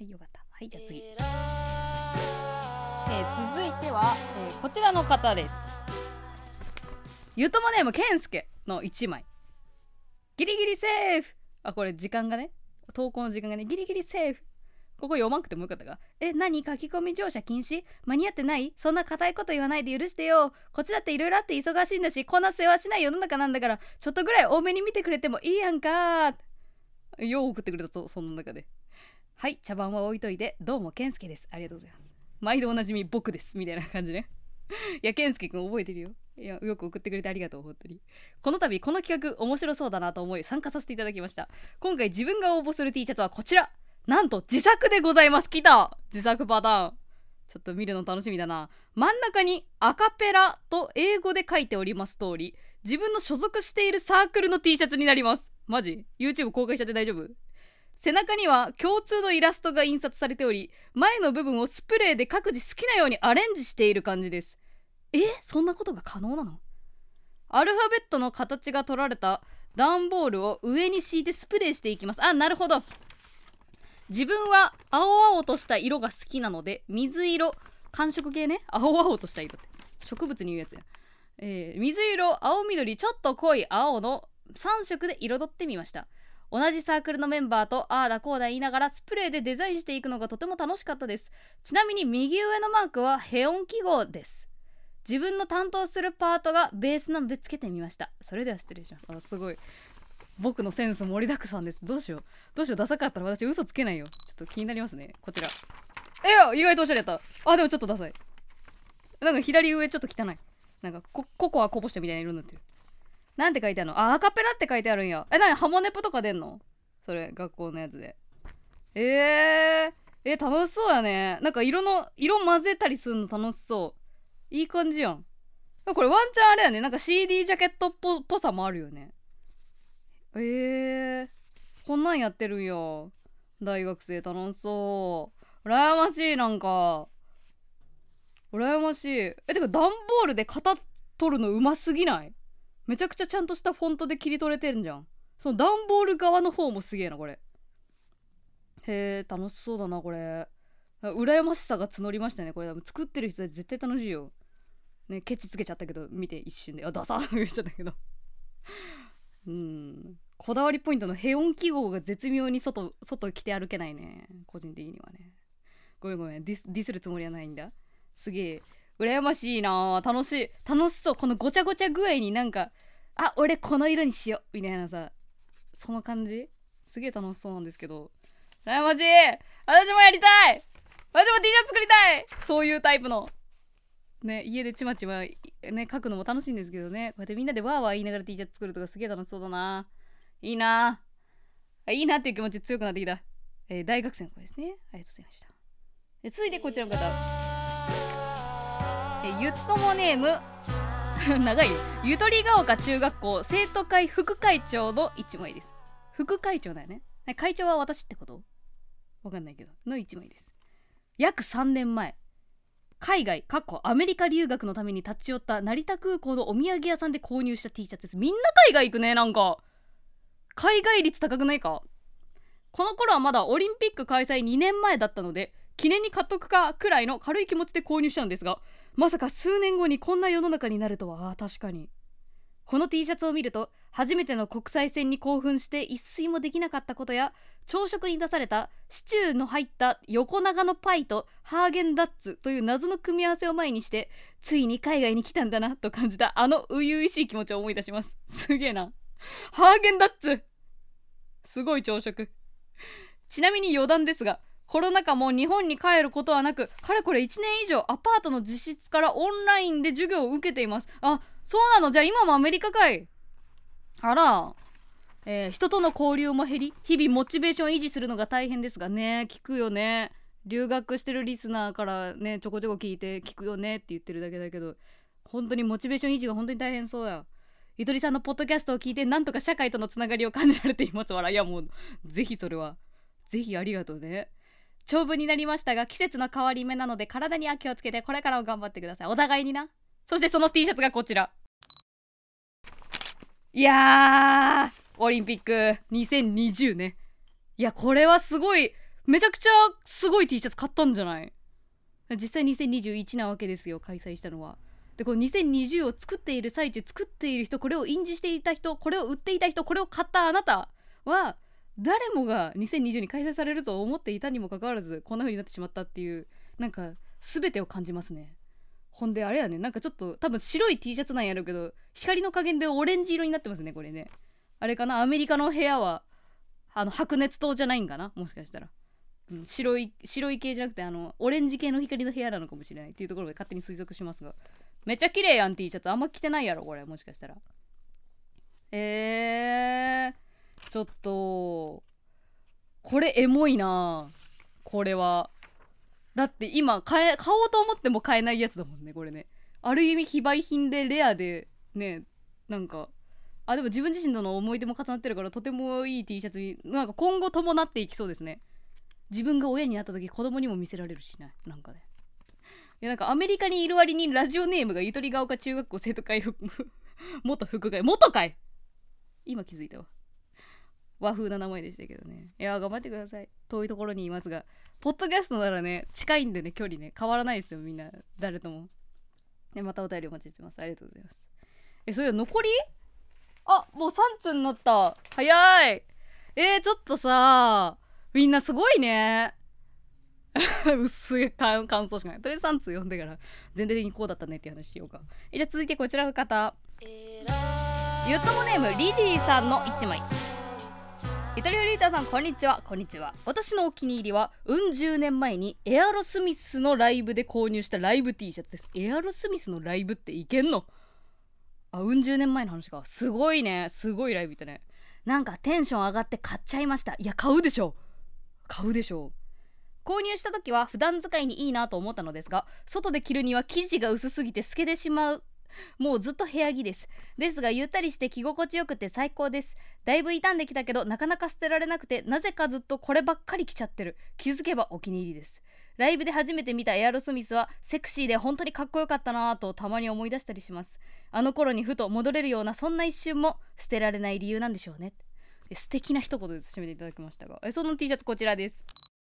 はいよかった。はいじゃあ次、続いては、こちらの方です。ゆともネームけんすけの1枚。ギリギリセーフ。あ、これ時間がね、投稿の時間がね、ギリギリセーフ。ここ読まんくてもよかったか。何書き込み乗車禁止？間に合ってない？そんな固いこと言わないで許してよ。こっちだっていろいろあって忙しいんだし、こんな世話しない世の中なんだから、ちょっとぐらい多めに見てくれてもいいやんか。よう送ってくれたと、その中で。はい、茶番は置いといて、どうも健介です。ありがとうございます。毎度おなじみ僕ですみたいな感じね。いや健介くん覚えてるよ。いやよく送ってくれてありがとう。本当にこの度この企画面白そうだなと思い参加させていただきました。今回自分が応募する T シャツはこちら。なんと自作でございます。来た、自作パターン。ちょっと見るの楽しみだな。真ん中にアカペラと英語で書いております通り、自分の所属しているサークルの T シャツになります。マジ YouTube 公開しちゃって大丈夫？背中には共通のイラストが印刷されており、前の部分をスプレーで各自好きなようにアレンジしている感じです。そんなことが可能なの？アルファベットの形が取られた段ボールを上に敷いてスプレーしていきます。あ、なるほど。自分は青々とした色が好きなので、水色、寒色系ね、青々とした色って植物に言うやつや。水色、青緑、ちょっと濃い青の3色で彩ってみました。同じサークルのメンバーとああだこうだ言いながらスプレーでデザインしていくのがとても楽しかったです。ちなみに右上のマークはヘオン記号です。自分の担当するパートがベースなのでつけてみました。それでは失礼します。すごい僕のセンス盛りだくさんです。どうしようダサかったら私嘘つけないよ。ちょっと気になりますね。こちら意外とおしゃれやった。でもちょっとダサい。なんか左上ちょっと汚い。なんかココアこぼしたみたいな色になってる。なんて書いてあるの？アカペラって書いてあるんや。ハモネプとか出んの？それ学校のやつで。楽しそうやね。なんか色混ぜたりするの楽しそう。いい感じやん。これワンチャンあれやね。なんか CD ジャケットっぽさもあるよね。こんなんやってるんや。大学生楽しそう。羨ましい。なんか羨ましい。てか段ボールで型取るのうますぎない？めちゃくちゃちゃんとしたフォントで切り取れてるんじゃん。その段ボール側の方もすげえなこれ。楽しそうだなこれ。羨ましさが募りましたね。これ作ってる人は絶対楽しいよね。ケチつけちゃったけど見て一瞬でダサー言っちゃったけどこだわりポイントのヘオン記号が絶妙に外着て歩けないね。個人的にはね。ごめんディスるつもりはないんだ。すげえ羨ましいな。楽しそう。このごちゃごちゃ具合になんか俺この色にしようみたいなさ、その感じすげえ楽しそうなんですけど、羨ましい。私もやりたい。私も T シャツ作りたい。そういうタイプのね、家でちまちまね書くのも楽しいんですけどね、こうやってみんなでワーワー言いながら T シャツ作るとかすげえ楽しそうだな。いいなっていう気持ち強くなってきた。大学生の子ですね。ありがとうございました。続いてこちらの方、ゆっともネーム長いゆとりが丘中学校生徒会副会長の一枚です。副会長だよね。会長は私ってこと？わかんないけどの一枚です。約3年前、海外アメリカ留学のために立ち寄った成田空港のお土産屋さんで購入した T シャツです。みんな海外行くね。なんか海外率高くないか。この頃はまだオリンピック開催2年前だったので、記念に買っとくかくらいの軽い気持ちで購入したんですが、まさか数年後にこんな世の中になるとは。確かにこの T シャツを見ると、初めての国際戦に興奮して一睡もできなかったことや、朝食に出されたシチューの入った横長のパイとハーゲンダッツという謎の組み合わせを前にして、ついに海外に来たんだなと感じた初々しい気持ちを思い出します。すげえな。ハーゲンダッツすごい朝食。ちなみに余談ですが、コロナ禍も日本に帰ることはなく、かれこれ1年以上アパートの自室からオンラインで授業を受けています。そうなの。じゃあ今もアメリカかい。あら、人との交流も減り、日々モチベーションを維持するのが大変ですがね。聞くよね。留学してるリスナーからね、ちょこちょこ聞いて聞くよねって言ってるだけだけど、本当にモチベーション維持が本当に大変そうや。ゆとりさんのポッドキャストを聞いて、なんとか社会とのつながりを感じられています。いやもうぜひそれはぜひありがとうね。長文になりましたが、季節の変わり目なので体には気をつけてこれからも頑張ってください。お互いにな。そしてその T シャツがこちら。いやー、オリンピック2020ね。いやこれはすごいめちゃくちゃすごい T シャツ買ったんじゃない？実際2021なわけですよ、開催したのは。でこの2020を作っている最中、作っている人、これを印字していた人、これを売っていた人、これを買ったあなたは誰もが2020に開催されると思っていたにもかかわらずこんな風になってしまったっていう、なんか全てを感じますね。ほんであれやね、なんかちょっと多分白い T シャツなんやろうけど、光の加減でオレンジ色になってますね、これね。あれかな、アメリカの部屋は白熱灯じゃないんかな、もしかしたら。白い系じゃなくてオレンジ系の光の部屋なのかもしれないっていうところで勝手に推測しますが、めっちゃ綺麗やん T シャツ。あんま着てないやろこれ、もしかしたら。ちょっとこれエモいな。これはだって今買おうと思っても買えないやつだもんね、これね。ある意味非売品でレアでね、なんかでも自分自身との思い出も重なってるから、とてもいい T シャツになんか今後伴っていきそうですね。自分が親になった時子供にも見せられるしな、なんかね。いやなんかアメリカにいる割にラジオネームがゆとりが丘中学校生徒会元副会元会、今気づいたわ。和風な名前でしたけどね。いや頑張ってください。遠いところにいますが、ポッドキャストならね近いんでね、距離ね変わらないですよ、みんな誰とも。ね、またお便りお待ちしてます。ありがとうございます。それで残りもう3通になった。早い。ちょっとさ、みんなすごいね。薄い感想しかない。とりあえず3通読んでから全体的にこうだったねっていう話しようか。じゃあ続いてこちらの方、ゆっともネームリリーさんの1枚。ゆとりフリーターさん、こんにちは。こんにちは。私のお気に入りは10年前にエアロスミスのライブで購入したライブ T シャツです。エアロスミスのライブっていけんの？10年前の話か。すごいね。すごいライブ行ったね。なんかテンション上がって買っちゃいました。いや買うでしょ。購入した時は普段使いにいいなと思ったのですが、外で着るには生地が薄すぎて透けてしまう。もうずっと部屋着ですが、ゆったりして着心地よくて最高です。だいぶ傷んできたけどなかなか捨てられなくて、なぜかずっとこればっかり着ちゃってる。気づけばお気に入りです。ライブで初めて見たエアロスミスはセクシーで本当にかっこよかったなぁとたまに思い出したりします。あの頃にふと戻れるような、そんな一瞬も捨てられない理由なんでしょうね。素敵な一言で締めていただきましたが、その T シャツこちらです。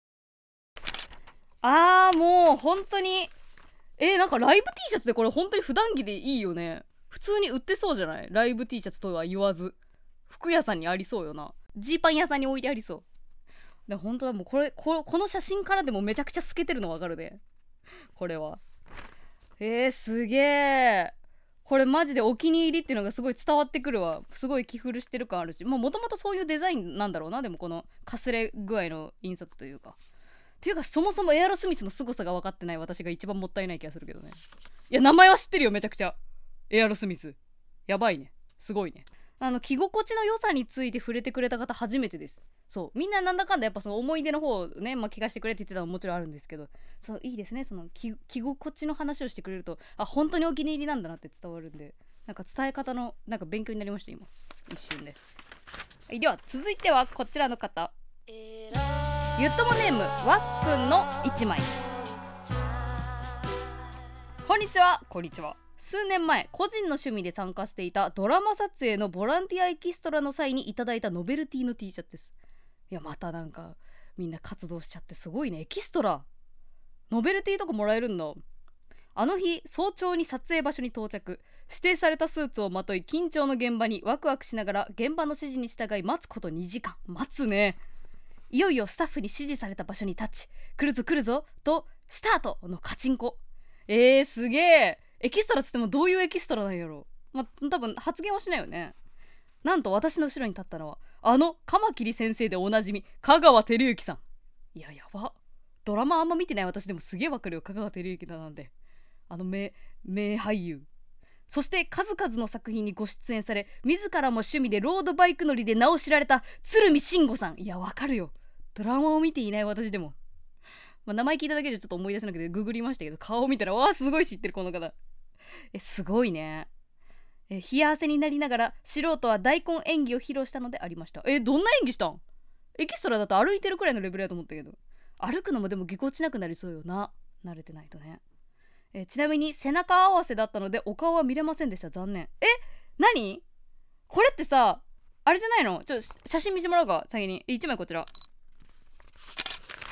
もう本当になんかライブ T シャツでこれ本当に普段着でいいよね。普通に売ってそうじゃない？ライブ T シャツとは言わず服屋さんにありそうよな。ジーパン屋さんに置いてありそう。で本当だ、もうこの写真からでもめちゃくちゃ透けてるの分かるで、これは。すげえ。これマジでお気に入りっていうのがすごい伝わってくるわ。すごい着古してる感あるし、もともとそういうデザインなんだろうな。でもこのかすれ具合の印刷というかっていうか、そもそもエアロスミスの凄さが分かってない私が一番もったいない気がするけどね。いや名前は知ってるよ、めちゃくちゃ。エアロスミスやばいね、すごいね。着心地の良さについて触れてくれた方初めてです。そう、みんななんだかんだやっぱその思い出の方をね、聞かせてくれって言ってたのももちろんあるんですけど、そういいですね、その着心地の話をしてくれると本当にお気に入りなんだなって伝わるんで、なんか伝え方のなんか勉強になりました、今一瞬で。では続いてはこちらの方、ゆっともネームわっくんの1枚。こんにちは。数年前個人の趣味で参加していたドラマ撮影のボランティアエキストラの際にいただいたノベルティの T シャツです。いやまたなんかみんな活動しちゃってすごいね。エキストラノベルティとかもらえるんだ。あの日早朝に撮影場所に到着、指定されたスーツをまとい緊張の現場にワクワクしながら現場の指示に従い待つこと2時間。待つね。いよいよスタッフに指示された場所に立ち、来るぞとスタートのカチンコ。すげえ。エキストラっつってもどういうエキストラなんやろ。多分発言はしないよね。なんと私の後ろに立ったのはカマキリ先生でおなじみ香川照之さん。いややば、ドラマあんま見てない私でもすげえわかるよ、香川照之だなんて。名俳優。そして数々の作品にご出演され、自らも趣味でロードバイク乗りで名を知られた鶴見慎吾さん。いやわかるよ、ドラマを見ていない私でも。名前聞いただけでちょっと思い出せなくてググりましたけど、顔を見たらすごい知ってるこの方。すごいね。冷や汗になりながら素人は大根演技を披露したのでありました。どんな演技したん？エキストラだと歩いてるくらいのレベルだと思ったけど、歩くのもでもぎこちなくなりそうよな、慣れてないとね。ちなみに背中合わせだったのでお顔は見れませんでした。残念。何これってさ、あれじゃないの？写真見せてもらうか先に。1枚こちら。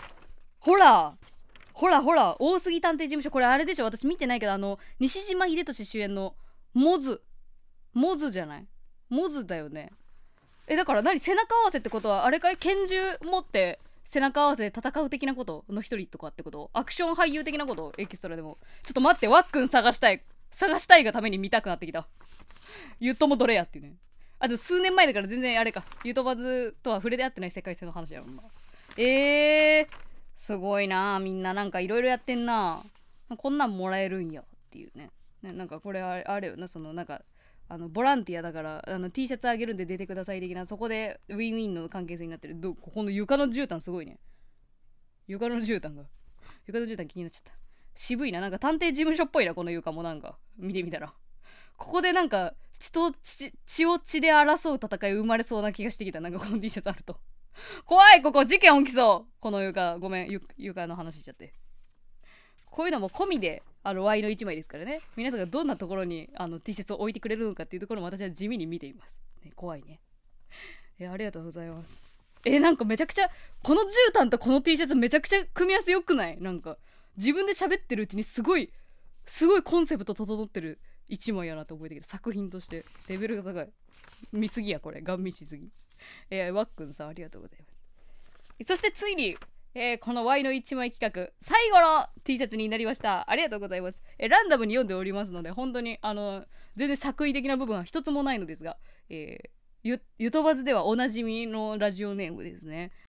ほら大杉探偵事務所、これあれでしょ、私見てないけど西島秀俊主演のモズじゃない？モズだよね。だから何、背中合わせってことはあれかい、拳銃持って背中合わせで戦う的なことの一人とかってこと？アクション俳優的なこと？エキストラでも。ちょっと待って、ワックン探したいがために見たくなってきた。ゆともどれやっていうね。あと数年前だから全然あれか、ゆとばずとは触れて合ってない世界線の話やろんな。すごいな、みんななんかいろいろやってんな。こんなんもらえるんやっていうね。なんかこれあれよな、そのなんかボランティアだからT シャツあげるんで出てください的な、そこでウィンウィンの関係性になってる。ここの床の絨毯すごいね。床の絨毯気になっちゃった。渋いな、なんか探偵事務所っぽいな、この床も。なんか見てみたらここでなんか血を血で争う戦い生まれそうな気がしてきた。なんかこの T シャツあると怖い。ここ事件起きそう。この床、ごめん、床の話しちゃって。こういうのも込みでワイの1枚ですからね。皆さんがどんなところにT シャツを置いてくれるのかっていうところも私は地味に見ています、ね、怖いね。ありがとうございます。なんかめちゃくちゃこの絨毯とこの T シャツめちゃくちゃ組み合わせ良くない？なんか自分で喋ってるうちにすごいコンセプト整ってる1枚やなと覚えてきた。作品としてレベルが高い。見すぎやこれ、ガン見しすぎ。ワックンさんありがとうございます。そしてついにこの Y の1枚企画最後の T シャツになりました。ありがとうございます。ランダムに読んでおりますので本当に全然作為的な部分は一つもないのですが、ゆとばずではおなじみのラジオネームですね。